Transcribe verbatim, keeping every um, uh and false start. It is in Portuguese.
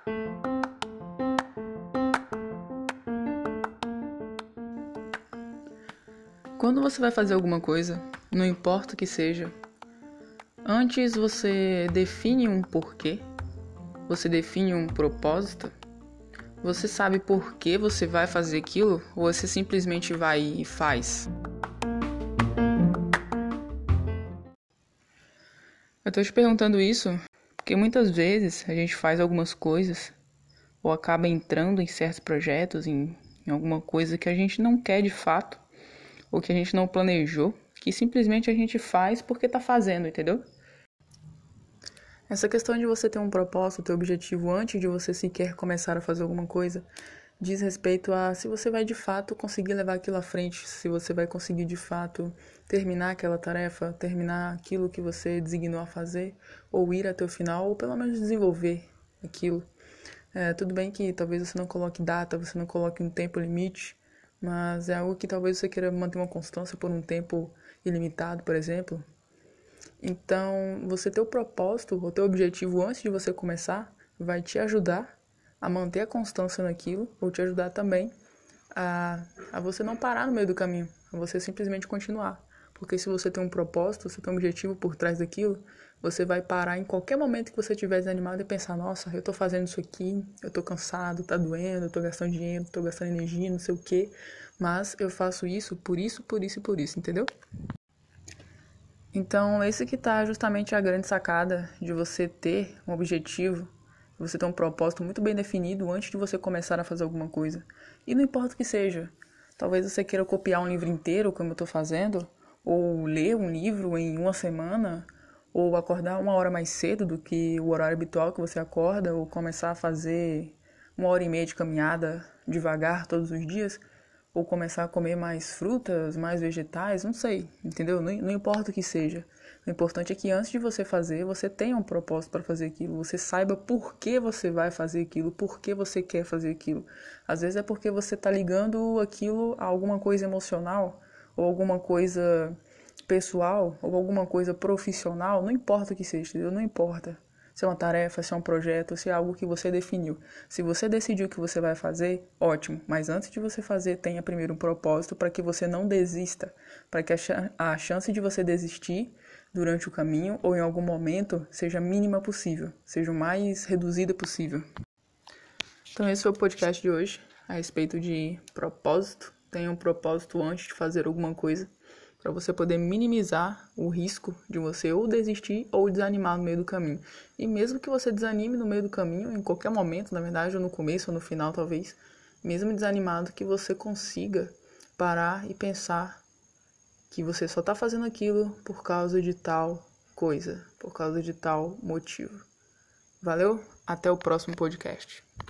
Quando você vai fazer alguma coisa, não importa o que seja, antes você define um porquê, você define um propósito, você sabe por que você vai fazer aquilo ou você simplesmente vai e faz? Eu tô te perguntando isso porque muitas vezes a gente faz algumas coisas ou acaba entrando em certos projetos, em, em alguma coisa que a gente não quer de fato ou que a gente não planejou, que simplesmente a gente faz porque tá fazendo, entendeu? Essa questão de você ter um propósito, ter objetivo antes de você sequer começar a fazer alguma coisa, diz respeito a se você vai de fato conseguir levar aquilo à frente, se você vai conseguir de fato terminar aquela tarefa, terminar aquilo que você designou a fazer, ou ir até o final, ou pelo menos desenvolver aquilo. É, tudo bem que talvez você não coloque data, você não coloque um tempo limite, mas é algo que talvez você queira manter uma constância por um tempo ilimitado, por exemplo. Então, você ter o propósito, ou ter o objetivo antes de você começar, vai te ajudar a manter a constância naquilo, ou te ajudar também a, a você não parar no meio do caminho, a você simplesmente continuar. Porque se você tem um propósito, você tem um objetivo por trás daquilo, você vai parar em qualquer momento que você estiver desanimado e pensar, nossa, eu tô fazendo isso aqui, eu tô cansado, tá doendo, eu tô gastando dinheiro, tô gastando energia, não sei o quê, mas eu faço isso por isso, por isso e por isso, entendeu? Então, esse que tá justamente a grande sacada de você ter um objetivo, você ter um propósito muito bem definido antes de você começar a fazer alguma coisa. E não importa o que seja. Talvez você queira copiar um livro inteiro, como eu estou fazendo, ou ler um livro em uma semana, ou acordar uma hora mais cedo do que o horário habitual que você acorda, ou começar a fazer uma hora e meia de caminhada devagar todos os dias, ou começar a comer mais frutas, mais vegetais, não sei, entendeu? Não, não importa o que seja. O importante é que antes de você fazer, você tenha um propósito para fazer aquilo, você saiba por que você vai fazer aquilo, por que você quer fazer aquilo. Às vezes é porque você está ligando aquilo a alguma coisa emocional, ou alguma coisa pessoal, ou alguma coisa profissional, não importa o que seja, entendeu? Não importa. Se é uma tarefa, se é um projeto, se é algo que você definiu. Se você decidiu que você vai fazer, ótimo. Mas antes de você fazer, tenha primeiro um propósito para que você não desista. Para que a chance de você desistir durante o caminho ou em algum momento seja a mínima possível. Seja o mais reduzida possível. Então esse foi o podcast de hoje a respeito de propósito. Tenha um propósito antes de fazer alguma coisa, para você poder minimizar o risco de você ou desistir ou desanimar no meio do caminho. E mesmo que você desanime no meio do caminho, em qualquer momento, na verdade, ou no começo ou no final talvez, mesmo desanimado, que você consiga parar e pensar que você só está fazendo aquilo por causa de tal coisa, por causa de tal motivo. Valeu? Até o próximo podcast.